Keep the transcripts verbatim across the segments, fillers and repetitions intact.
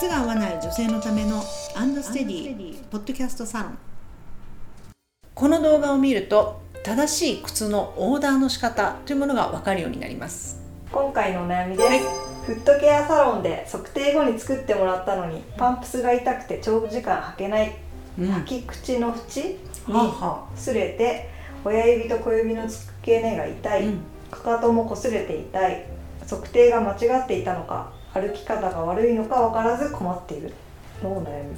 靴が合わない女性のためのアンドステディポッドキャストサロン。この動画を見ると正しい靴のオーダーの仕方というものが分かるようになります。 今回のお悩みです、はい、フットケアサロンで測定後に作ってもらったのにパンプスが痛くて長時間履けない、うん、履き口の縁に擦れて親指と小指の付け根が痛い、うん、かかとも擦れて痛い、測定が間違っていたのか歩き方が悪いのか分からず困っているのお悩みです。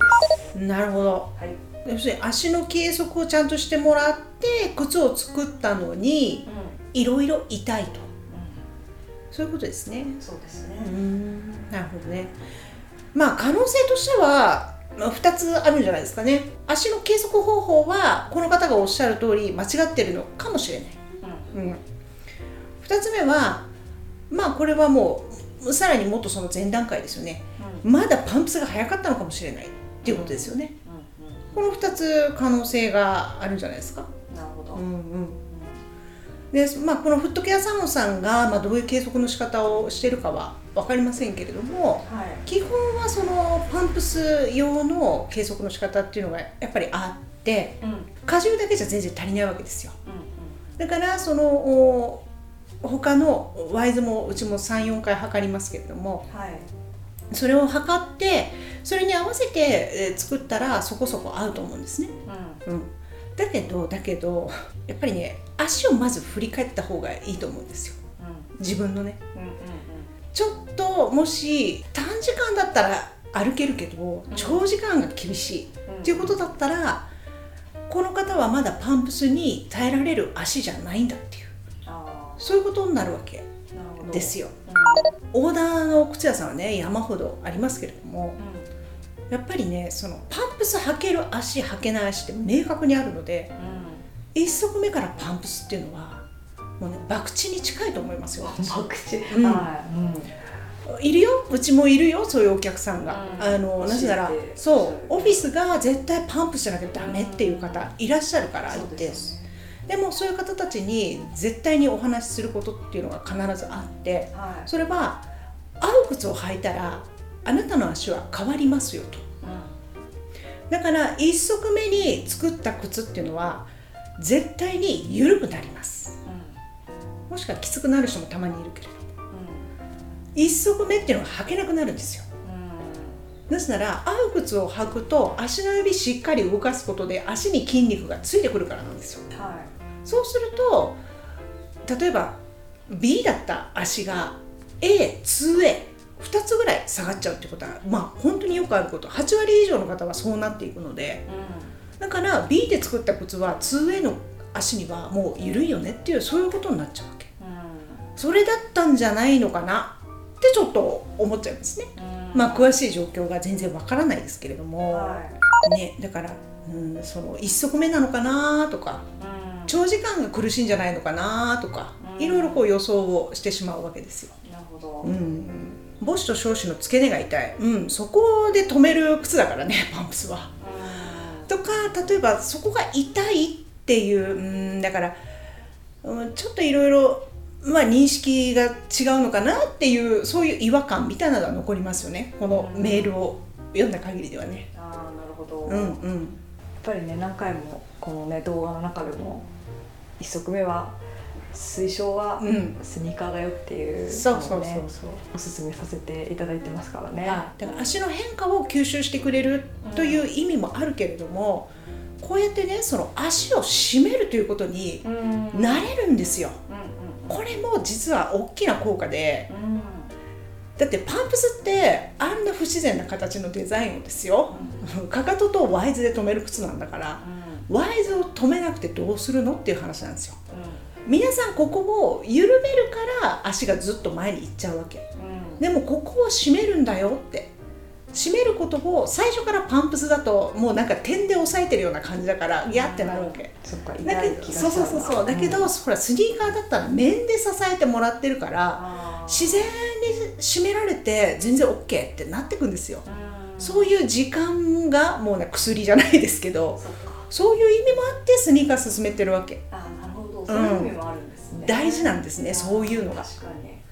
なるほど、はい、要するに足の計測をちゃんとしてもらって靴を作ったのにいろいろ痛いと、うん、そういうことですね。 そうですね。 うーん、なるほどね。まあ可能性としてはふたつあるんじゃないですかね。足の計測方法はこの方がおっしゃる通り間違ってるのかもしれない、うんうん、ふたつめはまあこれはもうさらにもっとその前段階ですよね、うん、まだパンプスが早かったのかもしれないっていうことですよね、うんうんうん、このふたつ可能性があるんじゃないですか。 なるほど、 うんうん、でまあ、このフットケアサロンさんが、まあ、どういう計測の仕方をしているかは分かりませんけれども、はい、基本はそのパンプス用の計測の仕方っていうのがやっぱりあって、うん、荷重だけじゃ全然足りないわけですよ、うんうん、だからその他のワイズもうちも さん,よん 回測りますけれども、はい、それを測ってそれに合わせて作ったらそこそこ合うと思うんですね、うんうん、だけどだけどやっぱりね足をまず振り返った方がいいと思うんですよ、うん、自分のね、うんうんうん、ちょっともし短時間だったら歩けるけど長時間が厳しいっていうことだったら、この方はまだパンプスに耐えられる足じゃないんだっていう、そういうことになるわけですよ、うん、オーダーの靴屋さんはね山ほどありますけれども、うん、やっぱりねそのパンプス履ける足履けない足って明確にあるので、うん、いっ足目からパンプスっていうのはもうね博打に近いと思いますよ。 博打、うん、はい、 うん、いるよ、うちもいるよ、そういうお客さんが、うん、あのなぜならそうオフィスが絶対パンプスじゃなきゃダメっていう方いらっしゃるからって、でもそういう方たちに絶対にお話しすることっていうのが必ずあって、はい、それは合う靴を履いたらあなたの足は変わりますよと、うん、だから一足目に作った靴っていうのは絶対に緩くなります、うん、もしくはきつくなる人もたまにいるけれども、うん、一足目っていうのが履けなくなるんですよ、うん、なぜなら合う靴を履くと足の指しっかり動かすことで足に筋肉がついてくるからなんですよ、はい、そうすると例えば B だった足が エー、ツーエー、ふたつぐらい下がっちゃうってことはまあ本当によくあること、はちわり以上の方はそうなっていくので、うん、だから B で作った靴は ツーエー の足にはもう緩いよねっていうそういうことになっちゃうわけ、うん、それだったんじゃないのかなってちょっと思っちゃいますね、うん、まあ詳しい状況が全然わからないですけれども、はいね、だから、うん、その一足目なのかなとか、うん、長時間が苦しいんじゃないのかなとか、うん、いろいろこう予想をしてしまうわけですよ。 なるほど、うん、 母子と小子の付け根が痛い、うん、そこで止める靴だからねパンプスは、うん、とか例えばそこが痛いっていう、うん、だから、うん、ちょっといろいろまあ認識が違うのかなっていうそういう違和感みたいなのが残りますよね、このメールを読んだ限りではね。 ああ、なるほど、 うんうん、やっぱりね何回もこのね動画の中でも一足目は推奨はスニーカーだよっていうのをねおすすめさせていただいてますからね、 はい、だから足の変化を吸収してくれるという意味もあるけれども、うん、こうやってねその足を締めるということになれるんですよ、うんうん、これも実は大きな効果で、うん、だってパンプスってあんな不自然な形のデザインをですよ、うん、かかととワイズで止める靴なんだから、うん、ワイズを止めなくてどうするのっていう話なんですよ、うん、皆さんここを緩めるから足がずっと前に行っちゃうわけ、うん、でもここを締めるんだよって締めることを最初からパンプスだともうなんか点で押さえてるような感じだからギャってなるわけ、うん、 そっか、 だけどそうそうそうそうだけど、うん、ほらスニーカーだったら面で支えてもらってるから自然に締められて全然 OK ってなってくんですよ、うん、そういう時間がもうね薬じゃないですけど そ, そういう意味もあってスニーカー進めてるわけ。 あ、なるほど、そういう意味もあるんですね、 うん、大事なんですね、そういうのが。 確かに。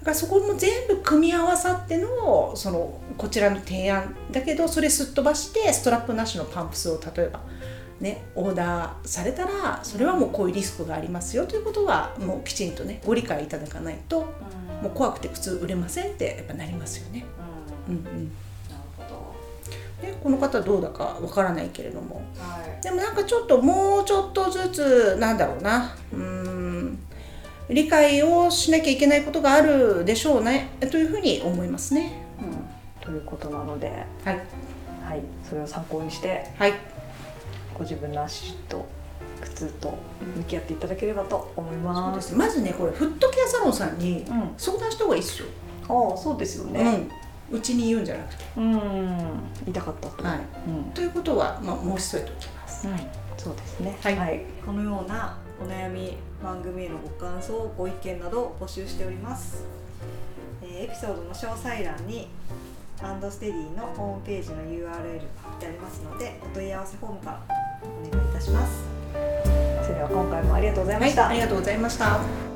からそこも全部組み合わさってのそのこちらの提案だけど、それすっ飛ばしてストラップなしのパンプスを例えばねオーダーされたら、それはもうこういうリスクがありますよということはもうきちんとねご理解いただかないと、もう怖くて靴売れませんってやっぱなりますよね。うんうん、なるほど。でこの方どうだかわからないけれども、はい、でもなんかちょっともうちょっとずつなんだろうな、うーん理解をしなきゃいけないことがあるでしょうねというふうに思いますね。 うん、ということなので、 はい、 はい、それを参考にして、 はい、 ご自分の足と靴と向き合っていただければと思います。 そうです。まずねこれフットケアサロンさんに相談した方がいいですよ。 うん、ああそうですよね。 うち、ん、に言うんじゃなくて、 うん、言いたかったと。 はい、うん、ということは、まあ、申し添えておきます。 うん、そうですね。 はい、 はい、このようなお悩み番組へのご感想ご意見などを募集しております。えー、エピソードの詳細欄にアンドステディのホームページの ユーアールエル が貼ってありますので、お問い合わせフォームからお願いいたします。それでは今回もありがとうございました。 はい、ありがとうございました。